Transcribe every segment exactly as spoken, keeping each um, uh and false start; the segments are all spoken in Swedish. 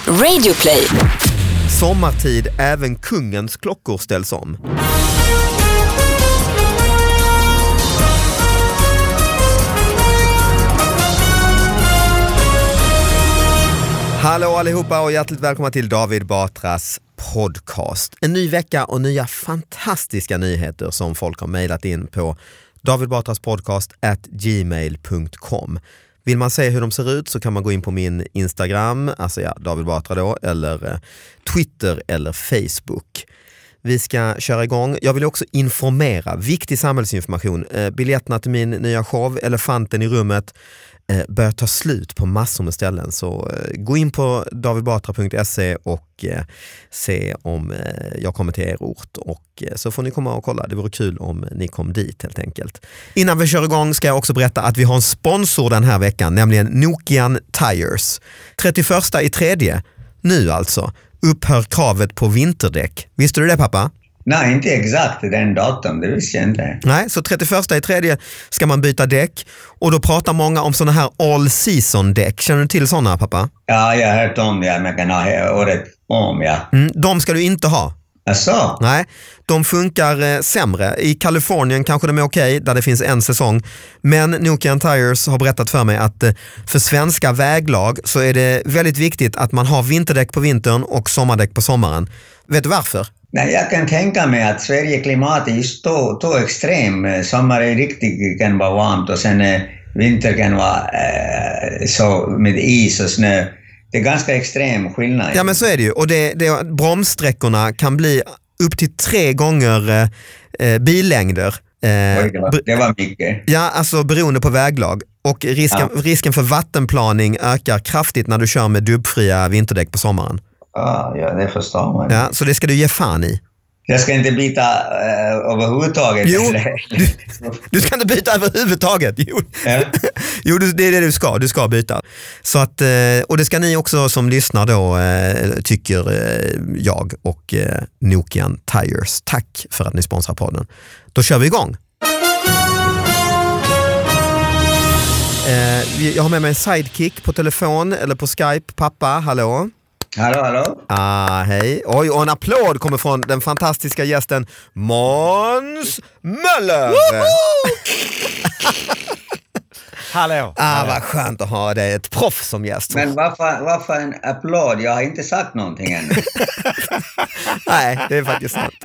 Radioplay. Sommartid, även kungens klockor ställs om. Hallå allihopa och hjärtligt välkomna till David Batras podcast. En ny vecka och nya fantastiska nyheter som folk har mejlat in på davidbatraspodcast at gmail dot com. Vill man se hur de ser ut så kan man gå in på min Instagram, alltså ja, David Batra då, eller eh, Twitter eller Facebook. Vi ska köra igång. Jag vill också informera, viktig samhällsinformation. Eh, biljetterna till min nya show, Elefanten i rummet, eh, börjar ta slut på massor med ställen. Så eh, gå in på davidbatra punkt se och eh, se om eh, jag kommer till er ort. Och eh, så får ni komma och kolla. Det vore kul om ni kom dit helt enkelt. Innan vi kör igång ska jag också berätta att vi har en sponsor den här veckan, nämligen Nokian Tires. trettioförsta i tredje, nu alltså, upphör kravet på vinterdäck. Visste du det, pappa? Nej, inte exakt den datum, det visste jag inte. Nej, så trettioförsta i tredje ska man byta däck. Och då pratar många om såna här all season däck. Känner du till såna, pappa? Ja, jag har hört om det. Man kan ha året om, ja. Mm, de ska du inte ha. Asså? Nej, de funkar eh, sämre. I Kalifornien kanske de är okej, där det finns en säsong. Men Nokian Tires har berättat för mig att eh, för svenska väglag så är det väldigt viktigt att man har vinterdäck på vintern och sommardäck på sommaren. Vet du varför? Nej, jag kan tänka mig att Sverige klimat är just då, då extrem. Sommar är riktigt kan vara varmt och sen eh, vinter kan vara eh, så med is och snö. Det är ganska extrem skillnad. Ja, men så är det ju. Och det, det, bromssträckorna kan bli upp till tre gånger eh, billängder. Eh, Oj, det, var, det var mycket. Ja, alltså beroende på väglag. Och risken, ja. risken för vattenplaning ökar kraftigt när du kör med dubbfria vinterdäck på sommaren. Ah, ja, det förstår man. Ja, så det ska du ge fan i. Jag ska inte byta uh, överhuvudtaget. Jo, du, du ska inte byta överhuvudtaget. Jo, ja. jo det är det du ska. Du ska byta. Så att, och det ska ni också som lyssnar då, tycker jag och Nokian Tires. Tack för att ni sponsrar podden. Då kör vi igång. Jag har med mig en sidekick på telefon eller på Skype. Pappa, hallå? Hallå, hallå. Ah, hej. Oj, och en applåd kommer från den fantastiska gästen Måns Möller. Hallå. Ah, vad skönt att ha dig, ett proffs som gäst. Men varför, varför en applåd? Jag har inte sagt någonting ännu. Nej, det är faktiskt sant.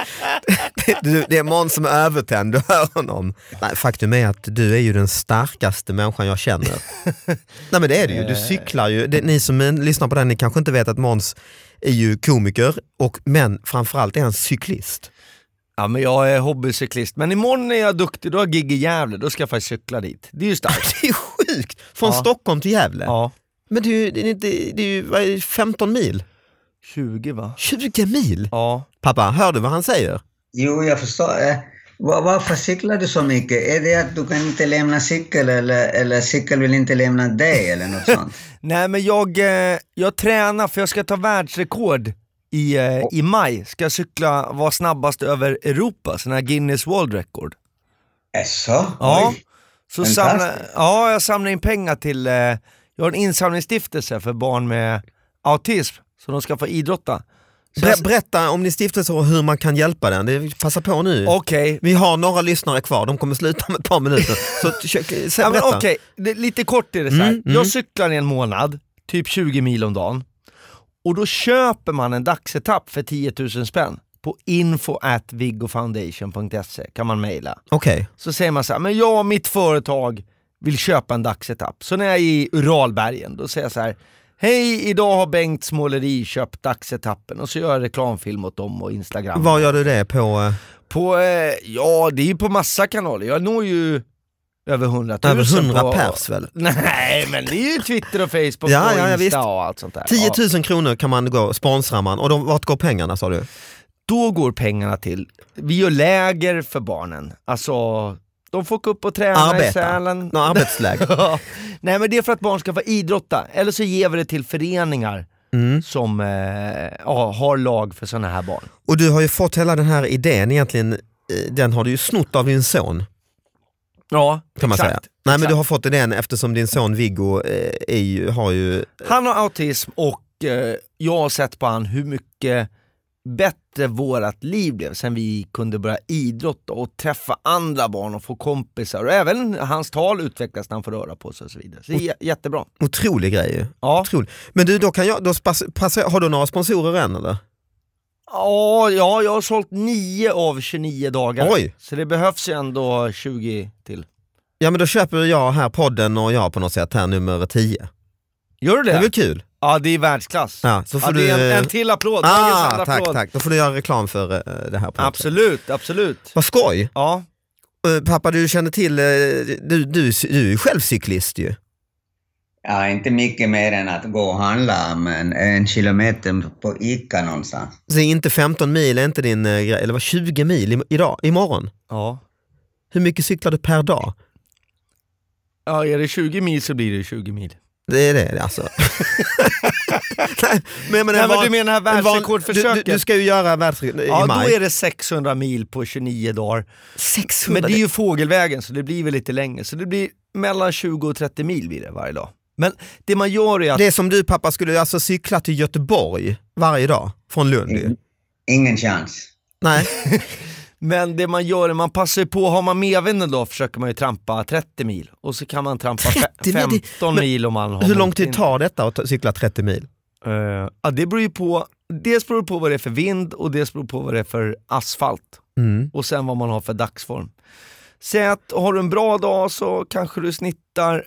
Det, det är Måns som är övertänd, du hör honom. Nej, faktum är att du är ju den starkaste människan jag känner. Nej, men det är det ju, du cyklar ju. Det, ni som lyssnar på den, ni kanske inte vet att Måns är ju komiker, och, men framförallt är han cyklist. Ja, men jag är hobbycyklist. Men imorgon är jag duktig, då har gig i Gävle. Då ska jag faktiskt cykla dit. Det är ju starkt. Det är sjukt. Från ja. Stockholm till Gävle. Ja. Men det är ju, det är, det är ju vad är det, femton mil. tjugo va? tjugo mil? Ja. Pappa, hör du vad han säger? Jo, jag förstår. Var, varför cyklar du så mycket? Är det att du kan inte lämna cykel eller, eller cykel vill inte lämna dig eller något sånt? Nej, men jag, jag tränar för jag ska ta världsrekord. I, eh, i maj ska jag cykla, vara snabbast över Europa, sån här Guinness World Record. Ässå? Ja, så samla, ja, jag samlar in pengar till, eh, jag har en insamlingsstiftelse för barn med autism, så de ska få idrotta. Ber, jag... Berätta om ni stiftelse och hur man kan hjälpa den. Det passar på nu. Okej. Okay. Vi har några lyssnare kvar, de kommer sluta om ett par minuter. Så försök, ja, men okej, okay. Lite kort är det så här. Mm, mm. Jag cyklar i en månad, typ tjugo mil om dagen. Och då köper man en dagsetapp för tio tusen spänn på info at viggofoundation punkt se kan man mejla. Okej. Okay. Så säger man så här, men jag och mitt företag vill köpa en dagsetapp. Så när jag är i Uralbergen, då säger jag så här, hej, idag har Bengt Småleri köpt dagsetappen. Och så gör jag reklamfilm åt dem och Instagram. Var gör du det på? På, eh, ja, det är ju på massa kanaler. Jag når ju över hundratusen. Över hundra på, pers väl? Nej, men det är ju Twitter och Facebook ja, och ja, Insta och allt sånt där. tio tusen kronor kan man gå, sponsrar man. Och de, vart går pengarna, sa du? Då går pengarna till, vi gör läger för barnen. Alltså, de får gå upp och träna Arbeta. i Sälen. Nå, arbetsläger. Nej, men det är för att barn ska få idrotta. Eller så ger vi det till föreningar mm. som eh, ja, har lag för såna här barn. Och du har ju fått hela den här idén egentligen, den har du ju snott av din son. Ja, kan man exakt, säga. Nej, exakt. men du har fått idén eftersom din son Viggo eh, är ju, har ju... Han har autism och eh, jag har sett på han hur mycket bättre vårat liv blev sen vi kunde börja idrotta och träffa andra barn och få kompisar. Och även hans tal utvecklas när han får röra på sig och så vidare. Så det är j- jättebra. Otrolig grej ju. Ja. Otrolig. Men du, då kan jag, då pass, pass, har du några sponsorer än eller? Ja, ja, jag har sålt nio av tjugonio dagar. Oj. Så det behövs ju ändå tjugo till. Ja, men då köper jag här podden och jag på något sätt här nummer tio. Gör du det? Det är väl kul? Ja, det är världsklass. Ja, så får ja, du... det är en, en till applåd. Ah, tack, applåd. tack. Då får du göra reklam för uh, det här. På absolut, absolut. Vad skoj. Ja. Uh, pappa, du känner till, uh, du, du, du är ju själv cyklist ju. Ja, inte mycket mer än att gå och handla, men en kilometer på Ica någonstans. Så inte femton mil, är inte din uh, grej, eller var tjugo mil i, idag, imorgon? Ja. Hur mycket cyklar du per dag? Ja, är det tjugo mil så blir det tjugo mil. Det är det alltså. Nej, men, men, Nej, van, men du menar världsrekordförsöket? Du, du, du ska ju göra världsrekord i ja, maj. Ja, då är det sexhundra mil på tjugonio dagar. sexhundra? Men det är ju fågelvägen så det blir väl lite längre. Så det blir mellan tjugo och trettio mil vid det varje dag. Men det man gör är att... Det är som du pappa skulle alltså cykla till Göteborg varje dag från Lund. Ingen, ingen chans. Nej. Men det man gör är man passar på, har man medvinden då försöker man ju trampa trettio mil. Och så kan man trampa trettio, femton men, mil om man har... Hur lång tid tar detta att cykla trettio mil? Uh, ja, det beror ju på, dels beror det på vad det är för vind och dels beror på vad det är för asfalt. Mm. Och sen vad man har för dagsform. Säg att har du en bra dag så kanske du snittar...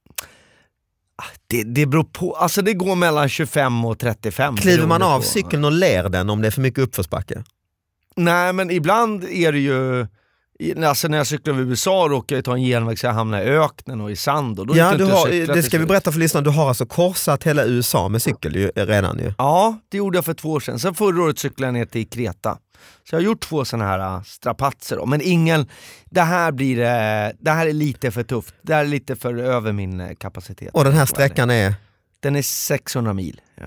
Det, det beror på, alltså det går mellan tjugofem och trettiofem. Kliver man av på. cykeln och ler den om det är för mycket uppförsbacke? Nej, men ibland är det ju... Alltså när jag cyklar över U S A råkar jag ta en genväg så jag hamnar i öknen och i sand. Och då ja, inte du inte har, det ska vi berätta för lyssnarna. Du har alltså korsat hela U S A med cykel ju, redan ju. Ja, det gjorde jag för två år sedan. Sen förra året cyklade jag ner till Kreta. Så jag har gjort två sådana här strapatser då. Men ingen, det här blir det här är lite för tufft. Det här är lite för över min kapacitet. Och den här sträckan är? Den är sexhundra mil. Ja.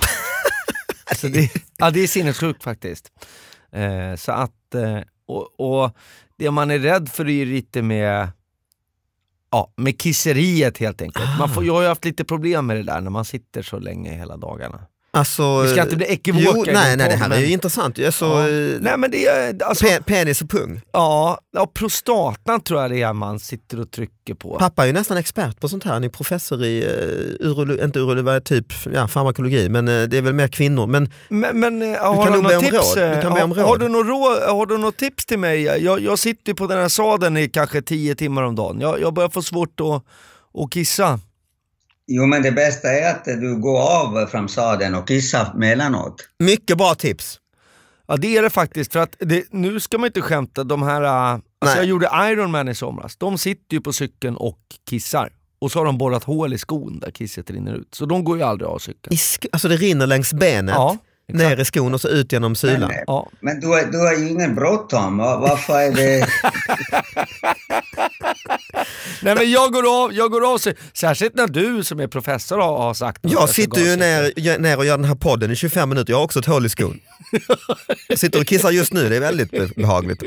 Så det, ja, det är sinnessjukt faktiskt. Eh, så att, eh, och, och det man är rädd för är ju lite med, ja, med kisseriet helt enkelt. Man får, jag har ju haft lite problem med det där när man sitter så länge hela dagarna. Alltså, vi ska inte bli ekivoka. Jo, nej, nej, det här men, är ju intressant. Alltså, ja. Nej, men det är, alltså, pe- penis och pung. Ja, ja, prostatan tror jag det är man sitter och trycker på. Pappa är ju nästan expert på sånt här. Han är professor i, uh, urolo, inte urologi, typ ja, farmakologi, men uh, det är väl mer kvinnor. Men, men, men uh, du har kan du något Du tips? kan har, om råd. Har, du något råd, har du något tips till mig? Jag, jag sitter på den här sadeln i kanske tio timmar om dagen. Jag, jag börjar få svårt att, att kissa. Jo, men det bästa är att du går av från sadeln och kissar mellanåt. Mycket bra tips. Ja, det är det faktiskt. För att det, nu ska man inte skämta. De här, alltså jag gjorde Ironman i somras. De sitter ju på cykeln och kissar. Och så har de borrat hål i skon där kisset rinner ut. Så de går ju aldrig av cykeln. I sk- alltså det rinner längs benet, ja, ner i skon och så ut genom sylan. Men, ja. men du, har, du har ju ingen bråttom. Varför är det... Nej, men jag går av, jag går av sig. Särskilt när du som är professor har, har sagt... Jag sitter ju ner, ner och gör den här podden i tjugofem minuter. Jag har också ett hål i skon. Jag sitter och kissar just nu, det är väldigt behagligt.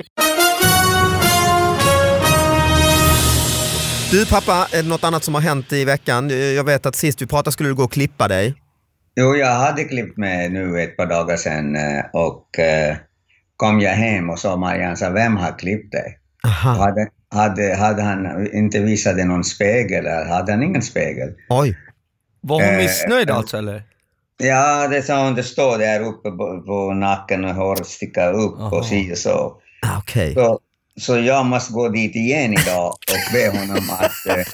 Du pappa, är det något annat som har hänt i veckan? Jag vet att sist vi pratade skulle du gå och klippa dig. Jo, jag hade klippt mig nu ett par dagar sedan och eh, kom jag hem och sa Marianne, sa, vem har klippt dig? Hade, hade, hade han inte visat någon spegel eller hade han ingen spegel? Oj. Var hon missnöjd eh, alltså eller? Ja, det sa hon, det står där uppe på, på nacken och håret sticker upp. Aha. Och si så. Okay. så. Så jag måste gå dit igen idag och be honom att... Eh...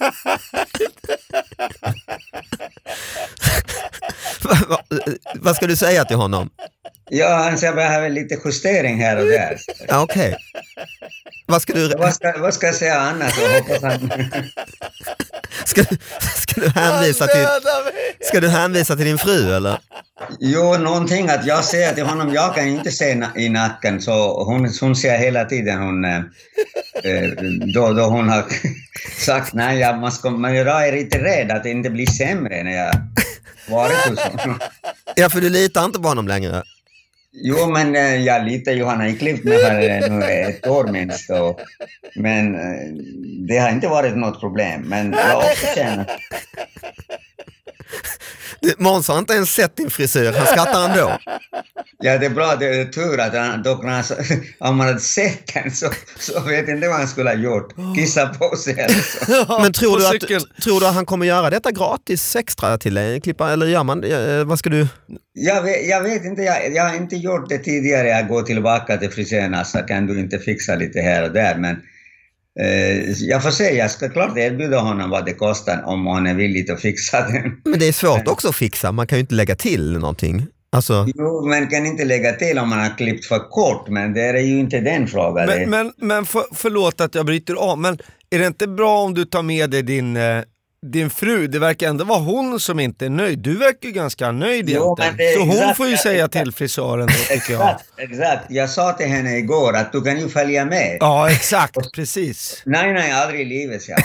Vad ska du säga till honom? Ja, han säger att jag behöver lite justering här och där. Ja, okej. Okay. Vad ska du... Vad ska, vad ska jag säga annars? Jag hoppas han... ska, ska du hänvisa till... Ska du hänvisa till din fru, eller? Jo, någonting att jag säger till honom, jag kan inte se na- i nacken, så hon, hon ser hela tiden, hon, eh, då, då hon har sagt, nej, jag, måste, men jag är lite rädd att det inte blir sämre när jag varit hos honom. Ja, för du litar inte på honom längre. Jo, men eh, jag litar ju, han har klippt mig för nu ett år minst, och, men eh, det har inte varit något problem, men jag också känner... Måns har inte ens sett din frisyr, han skrattar ändå. Ja, det är bra, det är tur att han, då, om man hade sett den så, så vet inte vad han skulle ha gjort. Kissa på sig eller så. Men tror du, att, tror du att han kommer göra detta gratis extra till dig? Klippa, eller gör man, vad ska du? Jag vet, jag vet inte, jag, jag har inte gjort det tidigare. Jag går tillbaka till frisörerna så kan du inte fixa lite här och där. Men eh, jag får se, jag ska klart erbjuda honom vad det kostar om han är villig att fixa den. Men det är svårt också att fixa, man kan ju inte lägga till någonting. Alltså... Jo, man kan inte lägga till om man har klippt för kort, men det är ju inte den frågan. Men, men, men för, förlåt att jag bryter av, men är det inte bra om du tar med dig din, eh, din fru? Det verkar ändå vara hon som inte är nöjd. Du verkar ju ganska nöjd jo, egentligen. Så hon exakt, får ju säga exakt. till frisören då, tycker exakt, jag. Exakt, jag sa till henne igår att du kan ju följa med. Ja, exakt, precis. Nej, nej, aldrig i livet, så.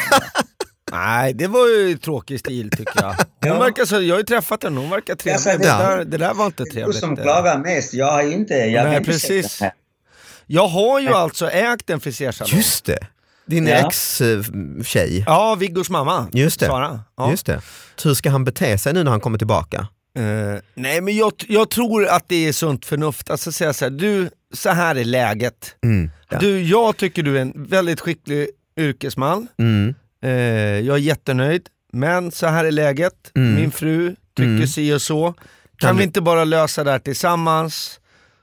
Nej, det var ju tråkig stil tycker jag. Hon Ja. verkar så, jag har ju träffat henne, hon verkar trevlig. Jag Det, sa det. där, det där var inte trevligt. Du som klagar mest, jag har ju inte... Jag Nej, har inte precis. sett den här. Jag har ju alltså ägt en frisersalong. Just det, din Ja. ex-tjej. Ja, Viggos mamma. Just det. Sara. Ja. Just det. Hur ska han bete sig nu när han kommer tillbaka? Uh, nej, men jag, jag tror att det är sunt förnuft. Alltså säga så här, du, så här är läget. Mm. Ja. Du, jag tycker du är en väldigt skicklig yrkesman. Mm. Uh, jag är jättenöjd. Men så här är läget. Mm. Min fru tycker Mm. si och så. Kan, Kan vi vi- inte bara lösa det här tillsammans,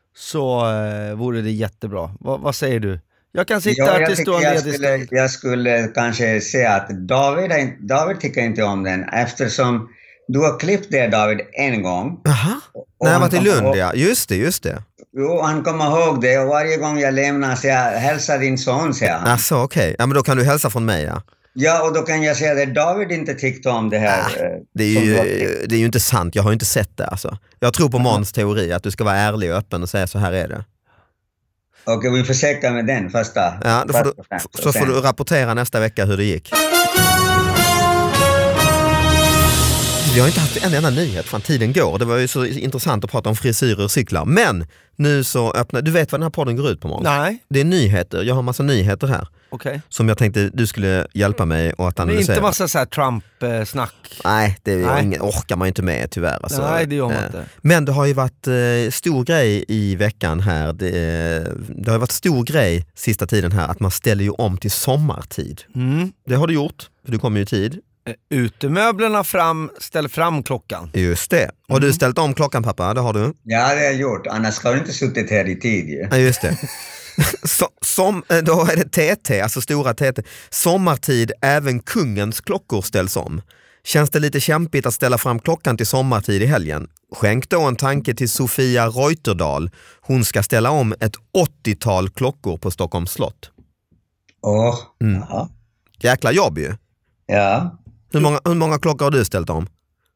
så uh, vore det jättebra. Va, vad säger du? Jag kan sitta Ja, här jag, tills du har tycker en jag, ledig skulle, stund. jag skulle kanske säga att David, är, inte- David tycker inte om den eftersom du har klippt det David en gång. Jaha, Och när jag han var till kommer Lund, ihåg- ja. Just det, just det. Jo, han kommer ihåg det och varje gång jag lämnar så jag hälsar din son, säger han. Alltså okej, ja men då kan du hälsa från mig, ja. Ja, och då kan jag säga att David inte tyckte om det här. Ah, eh, Det är, som ju, du har klippt. det är ju inte sant, jag har ju inte sett det alltså. Jag tror på Måns teori, att du ska vara ärlig och öppen och säga så här är det. Okej, vi försöker med den första. Ja, då får först du, och främst. så Och får sen- du rapportera nästa vecka hur det gick. Vi har inte haft en enda nyhet från tiden går. Det var ju så intressant att prata om frisyrer och cyklar. Men nu så öppnar, du vet vad den här podden går ut på, Måns? Nej, Det är nyheter, jag har massa nyheter här. okej. Som jag tänkte du skulle hjälpa mig och att Men analysera. inte massa så här Trump-snack. Nej, det är Nej. Ingen, orkar man ju inte med tyvärr. Alltså. Nej, det gör man Eh, inte. Men det har ju varit eh, stor grej i veckan här. Det, eh, det har ju varit stor grej sista tiden här att man ställer ju om till sommartid. Mm. Det har du gjort, för du kommer ju i tid. Eh, Utemöblerna fram, ställ fram klockan. Just det. Har Mm. du ställt om klockan, pappa? Det har du. Ja, det har jag gjort. Annars ska du inte suttit här i tid ju. Ja, just det. Så, som, eh, då är det T T, alltså stora T T. Sommartid, även kungens klockor ställs om. Känns det lite kämpigt att ställa fram klockan till sommartid i helgen? Skänk då en tanke till Sofia Reuterdal. Hon ska ställa om ett åttiotal klockor på Stockholms slott. Åh, Mm. jaha. Jäkla jobb ju. Ja. Hur många, hur många klockor har du ställt om?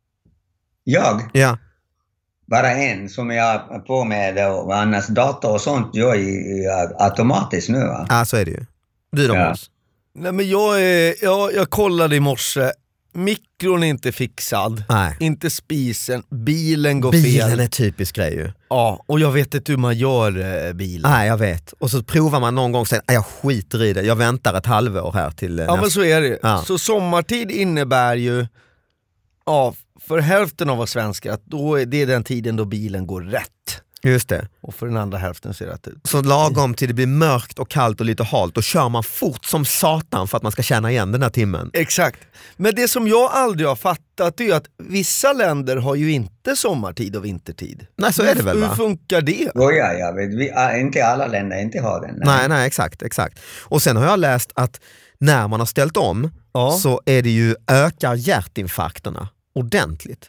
Jag? Ja, Bara en som jag är på med och annars dator och sånt gör jag i- automatiskt nu, va? ah, så är det ju. Du då, Ja. Måns? Nej, men jag, är, jag, jag kollade i morse, mikron är inte fixad, Nej. inte spisen, bilen går Bilen fel. är typisk grej ju. Ja, och jag vet inte hur man gör eh, bilen. Nej, jag vet. Och så provar man någon gång och säger jag skiter i det. Jag väntar ett halvår här till eh, Ja, men nästa. så är det. Ja. Så sommartid innebär ju, ja, för hälften av oss svenskar, att då är det den tiden då bilen går rätt. Just det. Och för den andra hälften ser det rätt ut. Så lagom till det blir mörkt och kallt och lite halt, då kör man fort som satan för att man ska känna igen den här timmen. Exakt. Men det som jag aldrig har fattat är ju att vissa länder har ju inte sommartid och vintertid. Nej, så är det väl, Hur va? funkar det? Jo, ja, jag vet. Vi, ah, inte alla länder inte har den. Nej, nej, exakt, exakt. Och sen har jag läst att när man har ställt om Ja. så är det ju ökar hjärtinfarkterna ordentligt.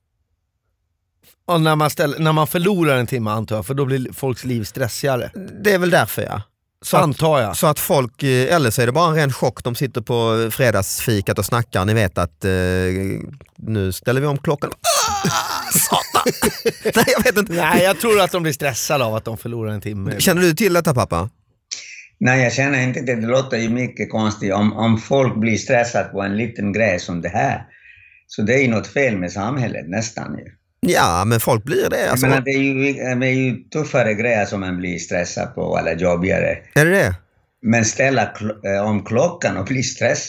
Ja, när, man ställer, när man förlorar en timme antar jag, för då blir folks liv stressigare. Det är väl därför, ja. Så att, Antar jag. så att folk, eh, eller så är det bara en ren chock, de sitter på fredagsfikat och snackar, ni vet att eh, nu ställer vi om klockan. Ah, satan! Nej, jag vet inte. Nej, jag tror att de blir stressade av att de förlorar en timme. Känner du till detta, pappa? Nej, jag känner inte det. Det låter ju mycket konstigt om, om folk blir stressade på en liten grej som det här. Så det är ju något fel med samhället nästan ju. Ja, men folk blir det. Alltså. Men det är, ju, det är ju tuffare grejer som man blir stressad på, eller jobbigare. Är det det? Men ställa kl- om klockan och bli stressad.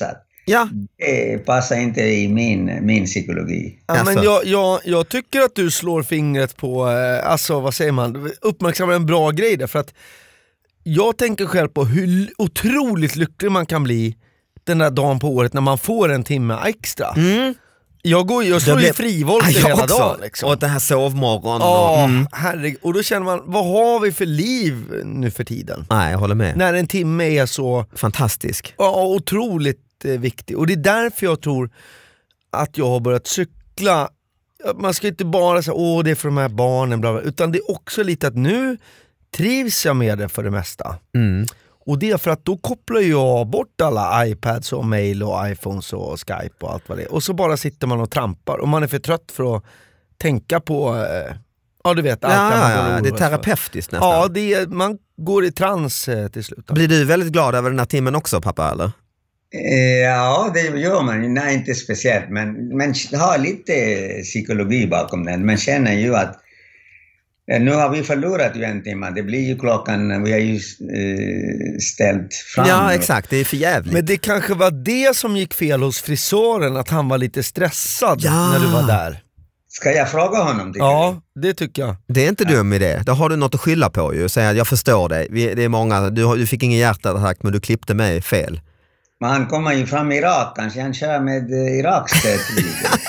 Ja. Det passar inte i min, min psykologi. Ja, Alltså. men jag, jag, jag tycker att du slår fingret på, eh, alltså vad säger man, uppmärksamma en bra grej där, för att jag tänker själv på hur otroligt lycklig man kan bli den där dagen på året när man får en timme extra. Mm. Jag, går, jag slår Det ju blev- frivolt Ja, hela också. dagen. Liksom. Och det här sovmorgon. Ja, och, mm. herregud. Och då känner man, vad har vi för liv nu för tiden? Nej, jag håller med. När en timme är så Fantastisk. ja, otroligt eh, viktig. Och det är därför jag tror att jag har börjat cykla. Man ska inte bara säga, åh det är för de här barnen, bla bla, utan det är också lite att nu trivs jag med det för det mesta. Mm. Och det är för att då kopplar jag bort alla iPads och mail och iPhones och Skype och allt vad det är. Och så bara sitter man och trampar och man är för trött för att tänka på, eh, ja du vet, allt Ja, där man går och ja, ja, det är oroar sig för. terapeutiskt nästan. Ja, det är, man går i trans eh, till slut. Blir du väldigt glad över den här timmen också, pappa, eller? Eh, Ja, det gör man. Nej, inte speciellt. Men, men har lite psykologi bakom den. Men känner ju att eh, nu har vi förlorat ju en timme. Det blir ju klockan, vi har ju eh, ställt fram. Ja, exakt. Det är för jävligt. Men det kanske var det som gick fel hos frisören, att han var lite stressad Ja. när du var där. Ska jag fråga honom? tycker Ja, det tycker jag. Det är inte dum idé. Då har du något att skylla på ju. Säga att jag förstår dig. Vi, det är många, du, har- du fick ingen hjärtattack men du klippte mig fel. du? Men han kommer ju från Irak. Kanske han kör med eh, Iraks tid.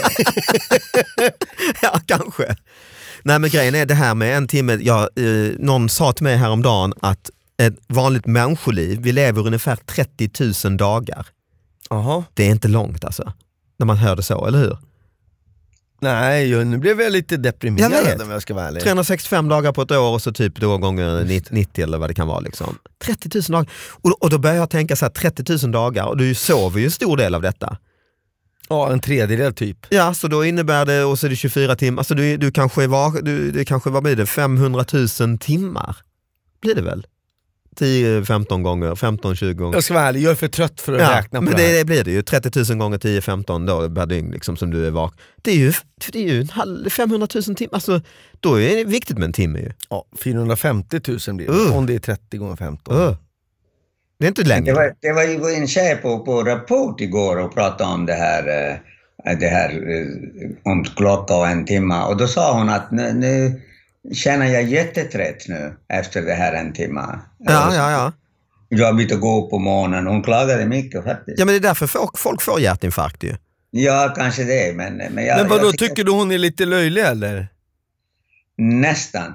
Ja, kanske. Nej, men grejen är det här med en timme. Ja, eh, någon sa till mig häromdagen att ett vanligt människoliv, vi lever ungefär trettio tusen dagar. Jaha. Det är inte långt alltså. När man hör det så, eller hur? Nej, ju, nu blev jag lite Jag deprimerad vet. om jag ska vara ärlig. trehundrasextiofem dagar på ett år och så typ då gånger nittio eller vad det kan vara liksom. trettio tusen dagar. Och, och då börjar jag tänka så här, trettio tusen dagar och du sover ju en stor del av detta. Ja, en tredjedel typ. Ja, så då innebär det, och så är det tjugofyra timmar, alltså du, du kanske var, du, det kanske, vad blir det, femhundratusen timmar? Blir det väl? tio femton gånger, femton tjugo gånger. Jag ska vara ärlig, jag är för trött för att Ja, räkna på men det här. det, det blir det ju, trettio tusen gånger tio femton då per dygn liksom, som du är vak. Det är ju, det är ju en halv, femhundratusen timmar, alltså då är det viktigt med en timme ju. Ja, fyrahundrafemtio tusen blir det, Uh. om det är trettio gånger femton. Uh. Det är inte längre. Det var, det var ju en tjej på, på Rapport igår och pratade om det här, eh, det här eh, om klocka och en timme. Och då sa hon att nu, nu känner jag jättetrött nu efter det här en timme. Ja, ja, ja. Jobbigt att gå upp på morgonen. Hon klagade mycket faktiskt. Ja, men det är därför folk, folk får hjärtinfarkt ju. Ja, kanske det. Men, men, jag, Men vadå, jag tycker du hon är lite löjlig eller? Nästan.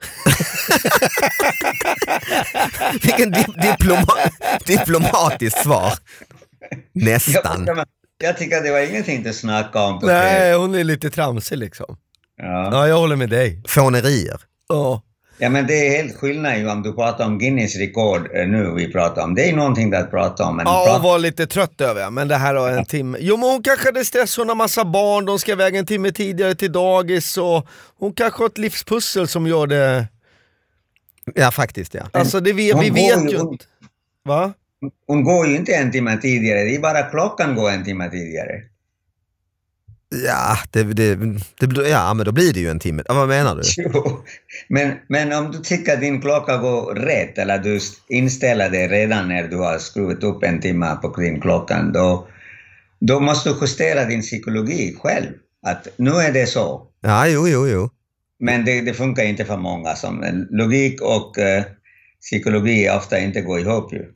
Vilken di diploma diplomatiskt svar. Nästan. Jag, jag tycker det var ingenting att snacka om på Nej, hon är lite tramsig liksom. Ja. Ja, jag håller med dig. Fånerier. Ja. Ja, men det är helt skillnad ju om du pratar om Guinness rekord eh, nu vi pratar om. Det är någonting att prata om. Men Ja, prata... och var lite trött över jag, men det här har en timme. Jo, men hon kanske hade stress, hon har massa barn, de ska iväg en timme tidigare till dagis och hon kanske har ett livspussel som gör det. Ja, faktiskt ja. Alltså det vi, Hon vi går vet ju- ju hon- inte. Va? Hon går ju inte en timme tidigare, det är bara klockan går en timme tidigare. Ja, det, det, det, blir- ja, men då blir det ju en timme. Ja, vad menar du? Jo. Men, men om du tycker att din klocka går rätt, eller du inställer det redan när du har skruvat upp en timme på din klockan, då, då måste du justera din psykologi själv. Att nu är det så. Ja, jo, jo, jo. Men det, det funkar inte för många. Som logik och eh, psykologi ofta inte går ihop ju.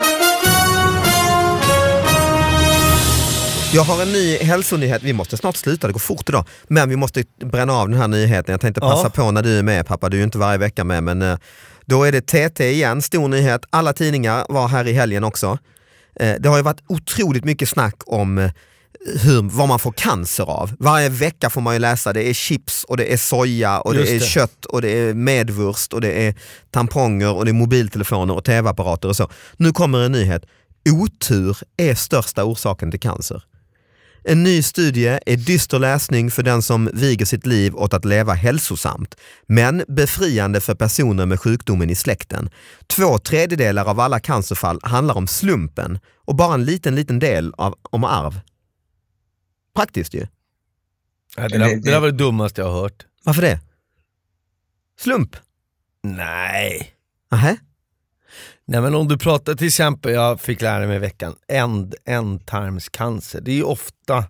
Jag har en ny hälsonyhet. Vi måste snart sluta, det går fort idag. Men vi måste bränna av den här nyheten. Jag tänkte passa Ja. på när du är med, pappa. Du är ju inte varje vecka med, men eh, då är det T T igen. Stor nyhet. Alla tidningar var här i helgen också. Eh, det har ju varit otroligt mycket snack om eh, hur, vad man får cancer av. Varje vecka får man ju läsa, det är chips och det är soja och Just det är det. kött och det är medvurst och det är tamponger och det är mobiltelefoner och tv-apparater och så. Nu kommer en nyhet. Otur är största orsaken till cancer. En ny studie är dyster läsning för den som viger sitt liv åt att leva hälsosamt, men befriande för personer med sjukdomen i släkten. Två tredjedelar av alla cancerfall handlar om slumpen och bara en liten, liten del av, om arv. Praktiskt ju. Ja, det, där, det där var det dummaste jag har hört. Varför det? Slump? Nej. Nähä? Nej, men om du pratar till exempel, jag fick lära mig i veckan, end, ändtarmscancer. Det är ju ofta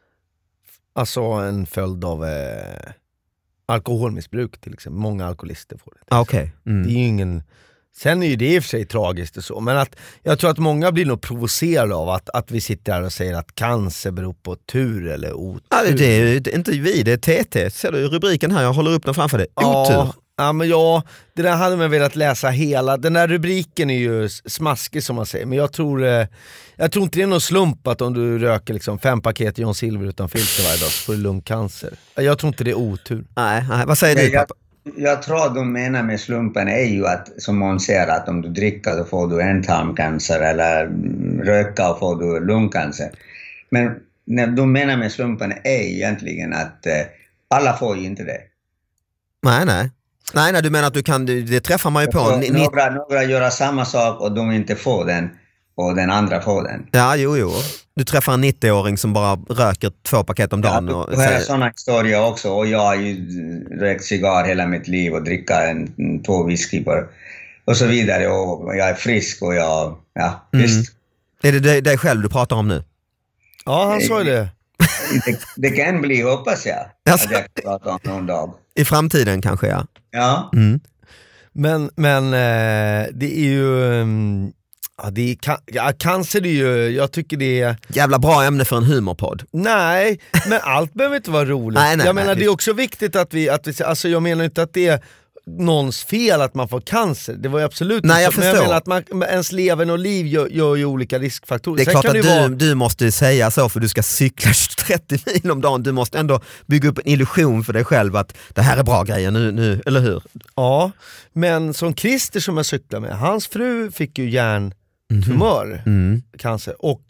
alltså en följd av eh, alkoholmissbruk till exempel. Många alkoholister får det. Ah, okay. Mm. Det är ju ingen... Sen är ju det i och för sig tragiskt och så, men att jag tror att många blir nog provocerade av att, att vi sitter här och säger att cancer beror på tur eller otur. Ja, det är ju inte vi, det är T T. Ser du rubriken här? Jag håller upp den framför dig. Otur. Ja, ja, men ja, det där hade man velat läsa hela. Den där rubriken är ju smaskig som man säger, men jag tror, eh, jag tror inte det är någon slump att om du röker liksom fem paket John Silver utan filter varje dag så får du lungcancer. Jag tror inte det är otur. Nej, nej. Vad säger du, pappa? Jag tror att de menar med slumpen är ju att, som man ser, att om du dricker så får du ändtarmscancer eller röka och får du lungcancer. Men när de menar med slumpen är egentligen att eh, alla får ju inte det. Nej, nej. Nej, nej, du menar att du kan, det träffar man ju på. Ni, några, några gör samma sak och de inte får den och den andra får den. Ja, jo, jo. Du träffar en nittio-åring som bara röker två paket om dagen. Ja, och det här är säger... sådana historier också. Och jag har ju rökt cigarr hela mitt liv och dricka en, en, två whisky på, och så vidare. Och jag är frisk och jag, ja, mm. visst. Är det dig, dig själv du pratar om nu? Ja, han sa ju det. Det, det kan bli, hoppas jag. Alltså, att jag pratar om någon dag. I framtiden kanske, ja. Ja. Mm. Men, men eh, det är ju... Um... Ja, det är, ja, cancer är ju, jag tycker det är... Jävla bra ämne för en humorpodd. Nej, men allt behöver inte vara roligt. nej, nej, jag menar, nej. Det är också viktigt att vi, att vi... Alltså jag menar inte att det är någons fel att man får cancer. Det var ju absolut nej, jag så. Men jag förstår. menar att man, ens leven och liv gör, gör ju olika riskfaktorer. Det är Sen klart kan att det du, vara... du måste säga så för du ska cykla trettio mil om dagen. Du måste ändå bygga upp en illusion för dig själv att det här är bra grejer nu, nu eller hur? Ja, men som Christer som jag cyklar med, hans fru fick ju hjärn tumör, mm. cancer, och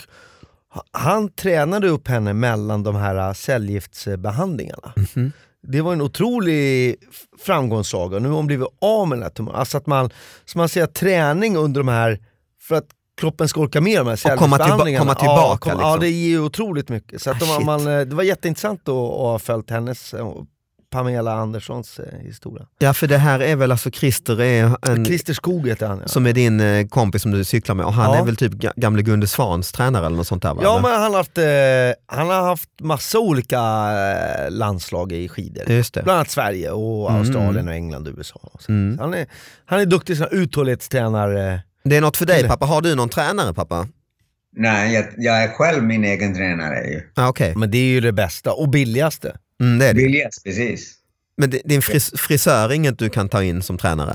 han tränade upp henne mellan de här cellgiftsbehandlingarna. Mm. Det var en otrolig framgångssaga. Nu har hon blivit av med den här tumören. Alltså att man, som man säger, träning under de här, för att kroppen ska orka mer med cellgiftsbehandlingarna. Komma tillbaka. Ja, kom, liksom. ja, det ger ju otroligt mycket. Så att ah, de, man, det var jätteintressant att, att ha följt hennes, Pamela Anderssons eh, historia. Ja, för det här är väl alltså Christer är en, Christer Skog heter han. Ja. Som är din eh, kompis som du cyklar med och han ja. är väl typ gamle Gunde Svans tränare eller något sånt där, va? Ja, men han har haft, eh, han har haft massa olika eh, landslag i skidor. Just det. Bland annat Sverige och Mm. Australien och England och U S A. Och så. Mm. Så han, är, han är duktig som uthållighetstränare. Det är något för dig, pappa. Har du någon tränare, pappa? Nej, jag, jag är själv min egen tränare ju. Ah, okej. Men det är ju det bästa och billigaste. Mm, det är det. Billigast, precis. Men din fris- frisör är inget du kan ta in som tränare?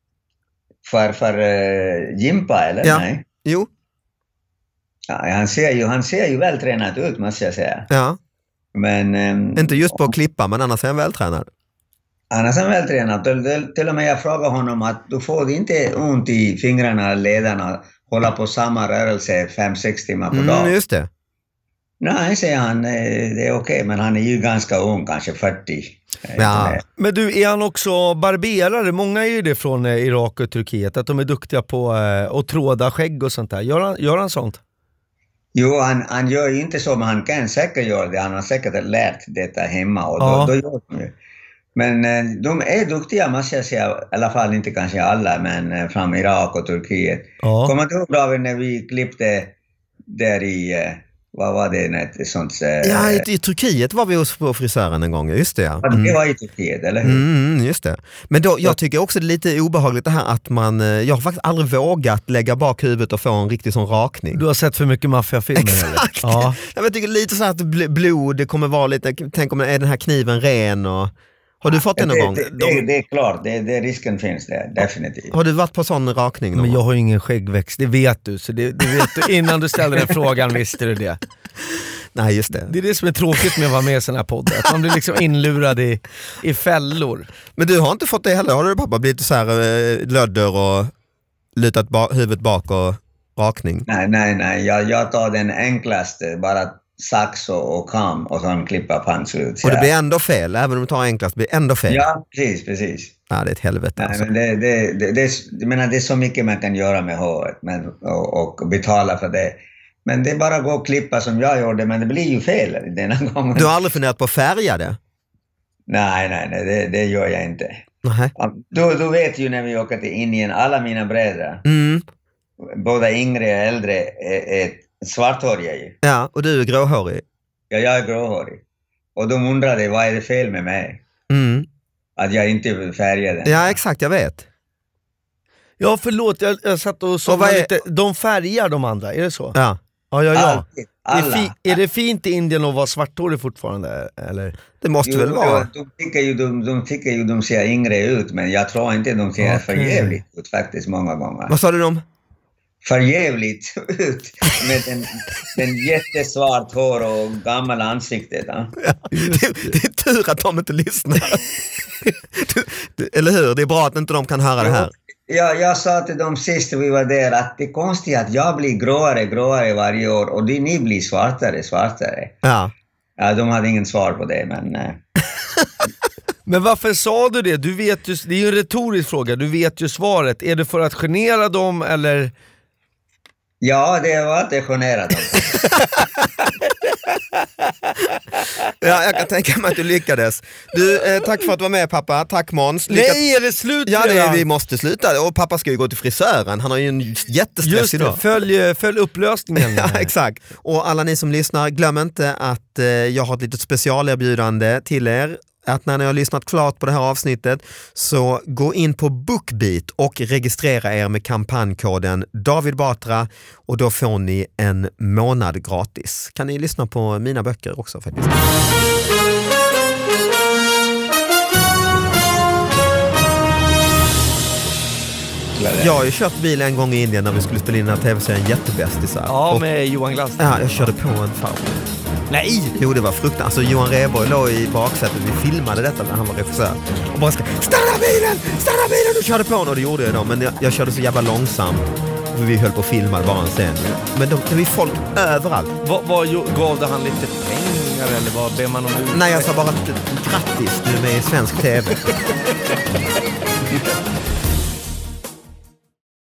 För, för uh, Jimpa, eller? Ja. Nej. Jo. Ja, han ser ju, han ser ju vältränad ut, måste jag säga. Ja. Men... Um, Inte just på att klippa, men annars är han vältränad. Annars är han vältränad. Till, till, till och med jag frågar honom att du får inte ont i fingrarna eller lederna, hålla på samma rörelse fem sex timmar på dag. Mm, just det. Nej, säger han, det är okej, okay, men han är ju ganska ung, kanske fyrtio. Ja. Men du, är han också barberare? Många är ju det från eh, Irak och Turkiet, att de är duktiga på eh, att tråda skägg och sånt där. Gör han, gör han sånt? Jo, han, han gör ju inte så, men han kan säkert göra det. Han har säkert lärt detta hemma och ja. då, då gör de ju. Men eh, de är duktiga, måste jag säga. I alla fall inte kanske alla, men eh, från Irak och Turkiet. Ja. Kommer du ihåg, David, när vi klippte där i... Eh, vad var det? Ett sånt, eh, Ja, i, i Turkiet var vi hos på frisören en gång, just det. Ja. Mm. Det var i Turkiet, eller hur? Mm, just det. Men då, jag tycker också det är lite obehagligt det här att man, jag har faktiskt aldrig vågat lägga bak huvudet och få en riktig sån rakning. Du har sett för mycket maffiafilmer? Exakt! Ja. Jag tycker lite så här att bl- blod, det kommer vara lite, tänk om är den här kniven ren och... Har du fått det någon det, gång? Det, det, det är klart, det, det, risken finns där, definitivt. Har du varit på sån rakning någon Men jag gång? har ju ingen skäggväxt, det vet du. Så det, det vet du. Innan du ställde den frågan visste du det. Nej, just det. Det är det som är tråkigt med att vara med i såna här poddar. Att man blir liksom inlurad i, i fällor. Men du har inte fått det heller, har du pappa? Blivit så här eh, lödder och lutat ba- huvudet bak och rakning? Nej, nej, nej. Jag, jag tar den enklaste, bara sax och, och kam och sen klippa panslut. Och det blir ändå fel, även om du tar enklast blir det ändå fel. Ja, precis, precis. Ja, det är ett helvete. Nej, alltså. men det, det, det, det, jag menar, det är så mycket man kan göra med håret men, och, och betala för det. Men det är bara att gå och klippa som jag gjorde, men det blir ju fel denna gången. Du har aldrig funderat på att färga det? Nej, nej, nej det, det gör jag inte. Nej. Du, du vet ju när vi åker till Indien, alla mina bröder, Mm. både yngre och äldre, är, är svarthåriga ju. Ja, och du är gråhårig. Ja, jag är gråhårig. Och de undrade, vad är det fel med mig? Mm. Att jag inte är färgad. Ja, exakt, jag vet. Ja, förlåt, jag, jag satt och såg är... lite. De färgar de andra, är det så? Ja. Ja, ja, ja. Alltid, alla. Är, fi, är det fint i Indien att vara svarthårig fortfarande? Eller? Det måste jo, väl vara. De tycker ju de, de, tycker ju de ser yngre ut, men jag tror inte de ser Okay. för jävligt ut faktiskt många gånger. Vad sa du om? För jävligt ut med en, en jättesvart hår och gammal ansikte. Ja? Ja, det, det är tur att de inte lyssnar. Eller hur? Det är bra att inte de kan höra det här. Jag, jag sa till dem sist vi var där att det är konstigt att jag blir gråare, gråare varje år och det, ni blir svartare, svartare. Ja. Ja, de hade ingen svar på det, men... Eh. Men varför sa du det? Du vet ju, det är ju en retorisk fråga, du vet ju svaret. Är det för att genera dem eller... Ja, det var att det generade dem. Ja, jag kan tänka mig att du lyckades. Du, eh, tack för att du var med, pappa. Tack, Måns. Lycka... Nej, är det slut? Ja, det, vi måste sluta. Och pappa ska ju gå till frisören. Han har ju en jättestress Just det, idag. följ, följ upplösningen. Ja, exakt. Och alla ni som lyssnar, glöm inte att eh, jag har ett litet specialerbjudande till er. Att när ni har lyssnat klart på det här avsnittet så gå in på BookBeat och registrera er med kampanjkoden David Batra och då får ni en månad gratis. Kan ni lyssna på mina böcker också faktiskt. Jag har ju kört bil en gång i Indien när vi skulle spela in den här tv-serien Jättebästisar. Ja, med Johan Glass. Ja, jag körde på en farbror. Nej! Jo, det var fruktansvärt. Alltså Johan Rheborg låg i baksätet. Vi filmade detta när han var regissör. Och bara ska, stanna bilen! Stanna bilen! Och körde på honom och det gjorde jag då. Men jag, jag körde så jävla långsamt. För vi höll på att filma bara en scen. Men då, det var folk överallt. Vad, vad gav det han lite pengar eller vad ber man om ut? Nej, jag sa bara grattis, du är med i svensk tv.